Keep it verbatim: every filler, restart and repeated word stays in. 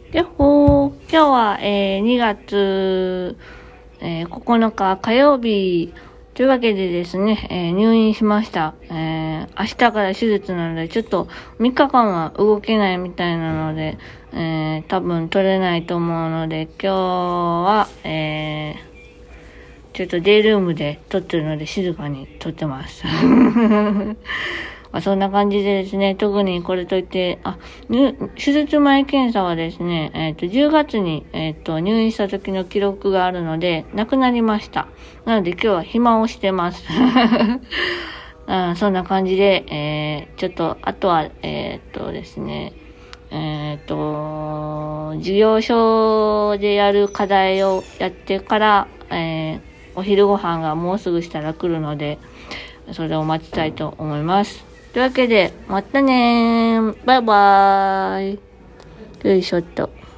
やっほー、今日は、えー、にがつ、えー、ここのか火曜日というわけでですね、えー、入院しました。えー、明日から手術なので、ちょっとみっかかんは動けないみたいなので、えー、多分取れないと思うので、今日は、えー、ちょっとデイルームで撮ってるので静かに撮ってます。まあ、そんな感じでですね、特にこれといって、あ、手術前検査はですね、えっと、じゅうがつに、えっと、入院した時の記録があるので、なくなりました。なので今日は暇をしてます。うん、そんな感じで、えー、ちょっと、あとは、えー、っとですね、えー、っと、授業書でやる課題をやってから、えー、お昼ご飯がもうすぐしたら来るので、それを待ちたいと思います。というわけで、またねー。バイバーイ。よいしょっと。